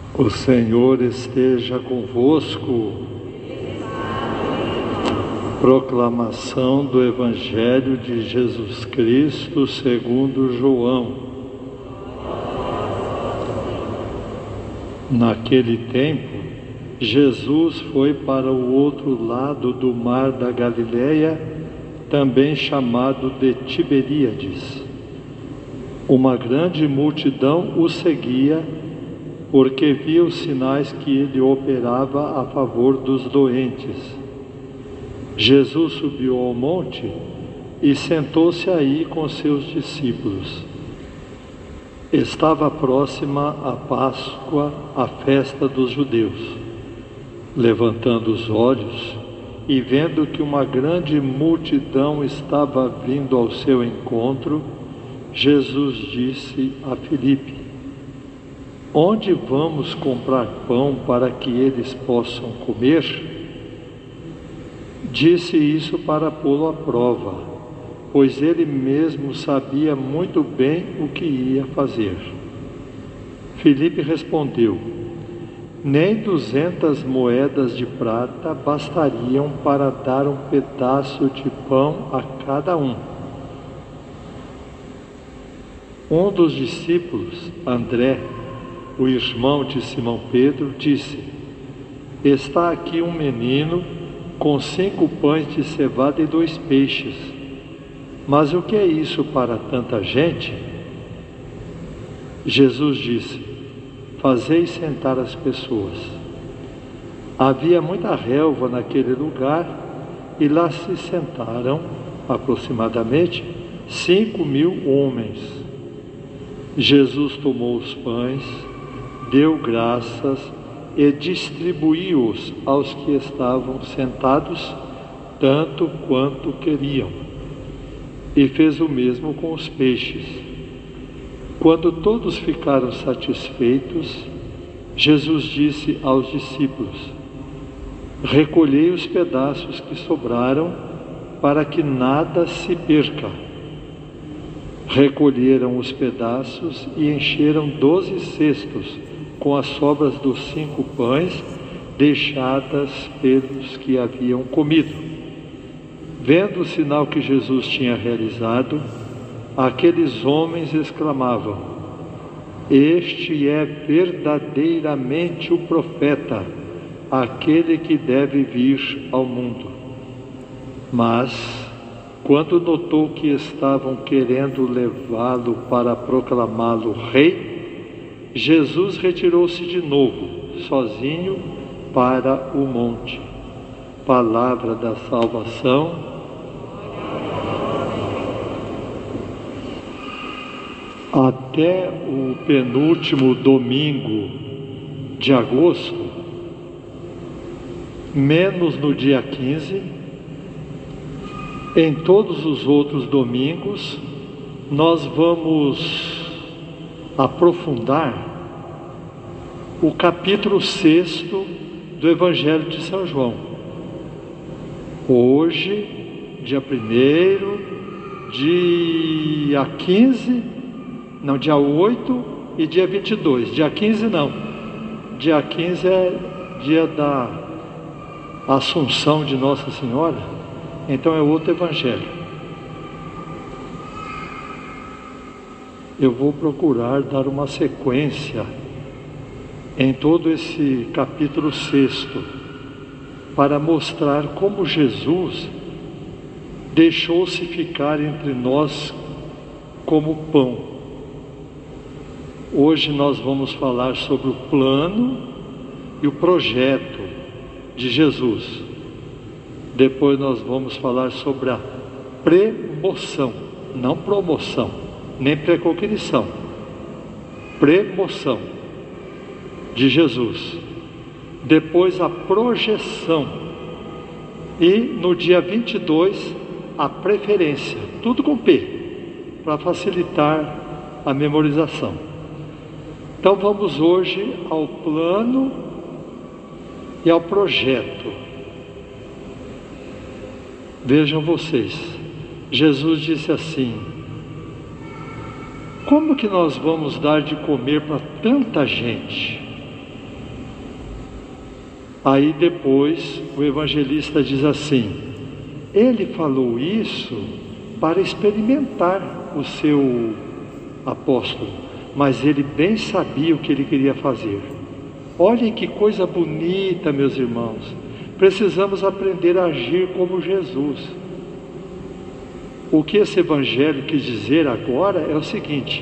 O Senhor esteja convosco. Proclamação do Evangelho de Jesus Cristo segundo João. Naquele tempo, Jesus foi para o outro lado do mar da Galileia, também chamado de Tiberíades. Uma grande multidão o seguia, porque via os sinais que ele operava a favor dos doentes. Jesus subiu ao monte e sentou-se aí com seus discípulos. Estava próxima a Páscoa, a festa dos judeus. Levantando os olhos e vendo que uma grande multidão estava vindo ao seu encontro, Jesus disse a Filipe: Onde vamos comprar pão para que eles possam comer? Disse isso para pô-lo à prova, pois ele mesmo sabia muito bem o que ia fazer. Filipe respondeu: Nem 200 moedas de prata bastariam para dar um pedaço de pão a cada um. Um dos discípulos, André, o irmão de Simão Pedro, disse: Está aqui um menino com 5 pães de cevada e 2 peixes. Mas o que é isso para tanta gente? Jesus disse: Fazei sentar as pessoas. Havia muita relva naquele lugar e lá se sentaram aproximadamente 5.000 homens. Jesus tomou os pães, deu graças e distribuiu-os aos que estavam sentados, tanto quanto queriam. E fez o mesmo com os peixes. Quando todos ficaram satisfeitos, Jesus disse aos discípulos: Recolhei os pedaços que sobraram, para que nada se perca. Recolheram os pedaços e encheram 12 cestos com as sobras dos 5 pães deixadas pelos que haviam comido. Vendo o sinal que Jesus tinha realizado, aqueles homens exclamavam: Este é verdadeiramente o profeta, aquele que deve vir ao mundo. Mas, quando notou que estavam querendo levá-lo para proclamá-lo rei, Jesus retirou-se de novo, sozinho, para o monte. Palavra da salvação. Até o penúltimo domingo de agosto, menos no dia 15, em todos os outros domingos, nós vamos aprofundar o capítulo 6 do Evangelho de São João. Hoje, dia 1º, dia 15, não, dia 8 e dia 22. Dia 15 não, dia 15 é dia da Assunção de Nossa Senhora, então é outro Evangelho. Eu vou procurar dar uma sequência em todo esse capítulo 6, para mostrar como Jesus deixou-se ficar entre nós como pão. Hoje nós vamos falar sobre o plano e o projeto de Jesus. Depois nós vamos falar sobre a premoção, não promoção, nem precognição. Premoção de Jesus. Depois a projeção. E no dia 22, a preferência. Tudo com P, para facilitar a memorização. Então vamos hoje ao plano e ao projeto. Vejam vocês, Jesus disse assim: como que nós vamos dar de comer para tanta gente? Aí depois o evangelista diz assim: ele falou isso para experimentar o seu apóstolo, mas ele bem sabia o que ele queria fazer. Olhem que coisa bonita, meus irmãos. Precisamos aprender a agir como Jesus. O que esse evangelho quis dizer agora é o seguinte: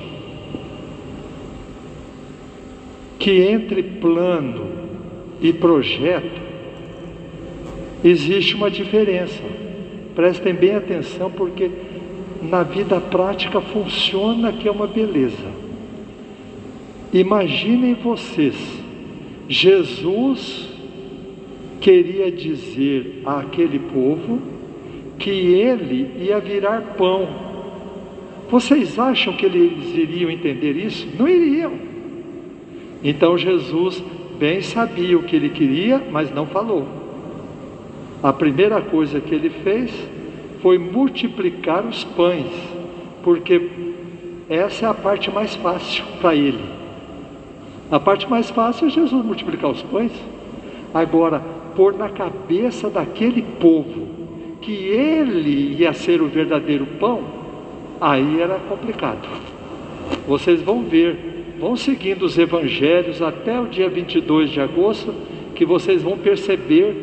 que entre plano e projeto existe uma diferença. Prestem bem atenção, porque na vida prática funciona, que é uma beleza. Imaginem vocês, Jesus queria dizer àquele povo que ele ia virar pão. Vocês acham que eles iriam entender isso? Não iriam. Então Jesus bem sabia o que ele queria, mas não falou. A primeira coisa que ele fez foi multiplicar os pães, porque essa é a parte mais fácil para ele. A parte mais fácil é Jesus multiplicar os pães. Agora, pôr na cabeça daquele povo que ele ia ser o verdadeiro pão, aí era complicado. Vocês vão ver, vão seguindo os evangelhos até o dia 22 de agosto, que vocês vão perceber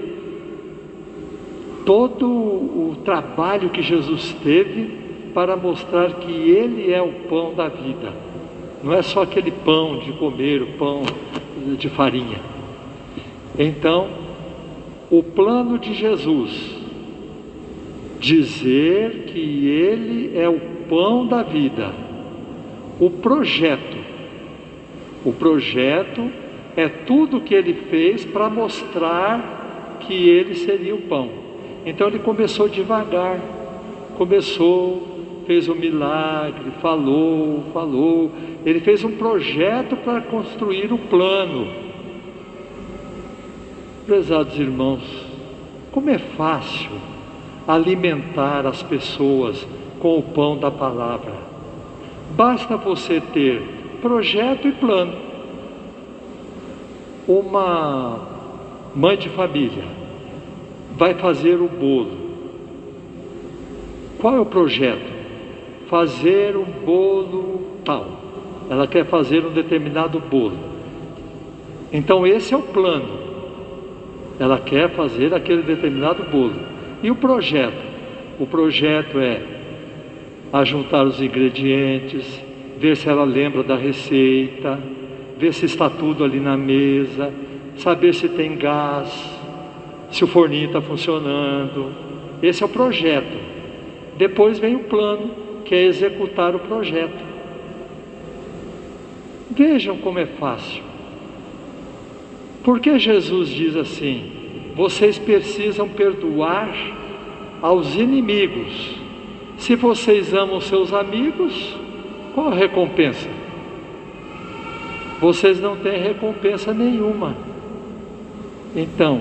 todo o trabalho que Jesus teve para mostrar que ele é o pão da vida. Não é só aquele pão de comer, o pão de farinha. Então, o plano de Jesus, dizer que ele é o pão da vida. O projeto é tudo que ele fez para mostrar que ele seria o pão. Então ele começou devagar, fez um milagre, falou, ele fez um projeto para construir o plano. Prezados irmãos, como é fácil alimentar as pessoas com o pão da palavra. Basta você ter projeto e plano. Uma mãe de família vai fazer o bolo. Qual é o projeto? Fazer um bolo tal. Ela quer fazer um determinado bolo. Então esse é o plano. Ela quer fazer aquele determinado bolo. E o projeto? O projeto é ajuntar os ingredientes, ver se ela lembra da receita, ver se está tudo ali na mesa, saber se tem gás, se o forninho está funcionando. Esse é o projeto. Depois vem o plano, que é executar o projeto. Vejam como é fácil. Por que Jesus diz assim: vocês precisam perdoar aos inimigos? Se vocês amam seus amigos, qual a recompensa? Vocês não têm recompensa nenhuma. Então,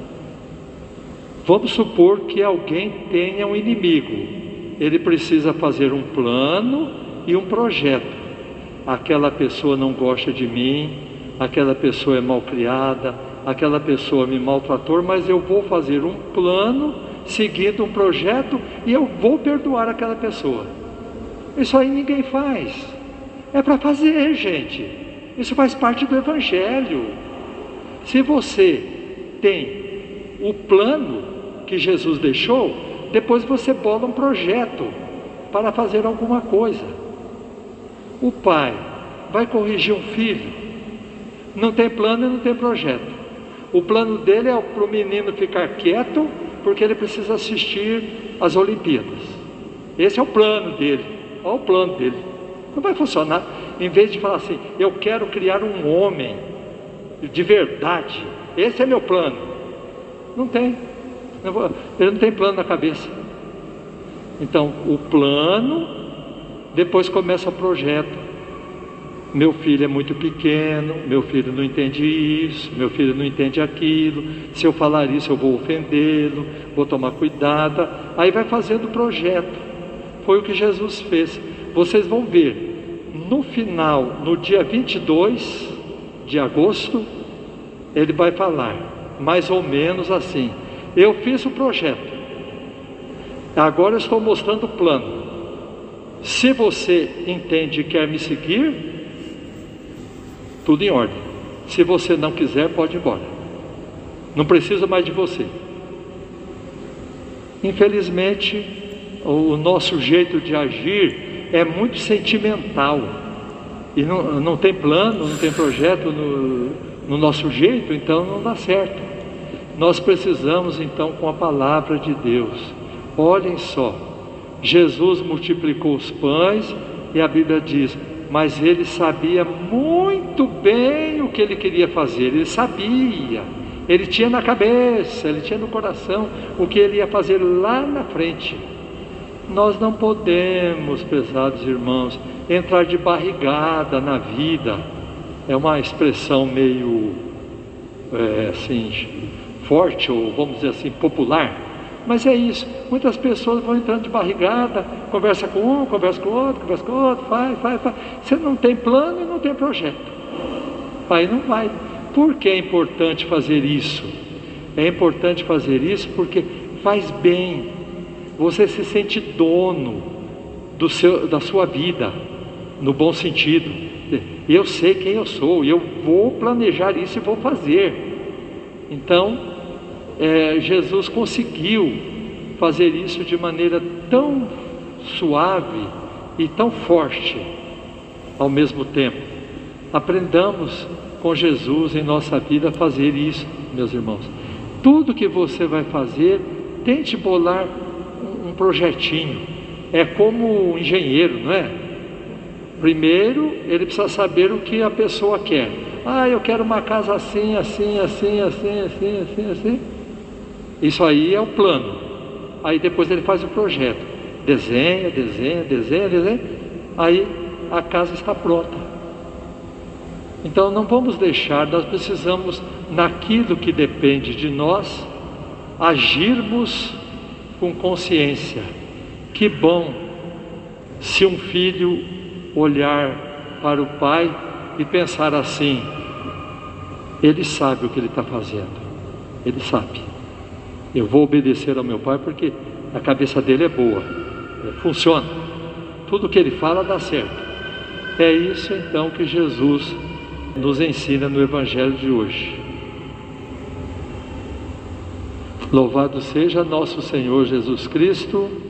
vamos supor que alguém tenha um inimigo. Ele precisa fazer um plano e um projeto. Aquela pessoa não gosta de mim, aquela pessoa é malcriada, aquela pessoa me maltratou, mas eu vou fazer um plano, seguindo um projeto, e eu vou perdoar aquela pessoa. Isso aí ninguém faz. É para fazer, gente. Isso faz parte do Evangelho. Se você tem o plano que Jesus deixou, depois você bola um projeto para fazer alguma coisa. O pai vai corrigir um filho, não tem plano e não tem projeto. O plano dele é para o menino ficar quieto, porque ele precisa assistir às Olimpíadas. Esse é o plano dele. Olha o plano dele. Não vai funcionar. Em vez de falar assim: eu quero criar um homem de verdade, esse é meu plano. Não tem. Ele não tem plano na cabeça. Então, o plano, depois começa o projeto. Meu filho é muito pequeno, meu filho não entende isso, meu filho não entende aquilo, se eu falar isso eu vou ofendê-lo, vou tomar cuidado. Aí vai fazendo o projeto. Foi o que Jesus fez. Vocês vão ver, no final, no dia 22 de agosto, ele vai falar: mais ou menos assim: eu fiz o projeto, agora eu estou mostrando o plano. Se você entende e quer me seguir, tudo em ordem. Se você não quiser, pode ir embora, não preciso mais de você. Infelizmente, o nosso jeito de agir é muito sentimental, e não tem plano, não tem projeto no nosso jeito, então não dá certo. Nós precisamos então com a palavra de Deus. Olhem só, Jesus multiplicou os pães e a Bíblia diz: mas ele sabia muito bem o que ele queria fazer. Ele sabia, ele tinha na cabeça, ele tinha no coração o que ele ia fazer lá na frente. Nós não podemos, prezados irmãos, entrar de barrigada na vida. É uma expressão meio assim, forte, ou vamos dizer assim, popular, mas é isso. Muitas pessoas vão entrando de barrigada, conversa com um, conversa com o outro, faz. Você não tem plano e não tem projeto, aí não vai. Por que é importante fazer isso? É importante fazer isso porque faz bem. Você se sente dono da sua vida, no bom sentido. Eu sei quem eu sou, eu vou planejar isso e vou fazer. Então, Jesus conseguiu fazer isso de maneira tão suave e tão forte ao mesmo tempo. Aprendamos com Jesus em nossa vida a fazer isso, meus irmãos. Tudo que você vai fazer, tente bolar um projetinho. É como um engenheiro, não é? Primeiro ele precisa saber o que a pessoa quer. Eu quero uma casa assim. Isso aí é o plano. Aí depois ele faz o projeto, desenha. Aí a casa está pronta. Então não vamos deixar, nós precisamos, naquilo que depende de nós, agirmos com consciência. Que bom se um filho olhar para o pai e pensar assim: ele sabe o que ele está fazendo, ele sabe, eu vou obedecer ao meu pai porque a cabeça dele é boa, funciona, tudo que ele fala dá certo. É isso então que Jesus nos ensina no Evangelho de hoje. Louvado seja nosso Senhor Jesus Cristo.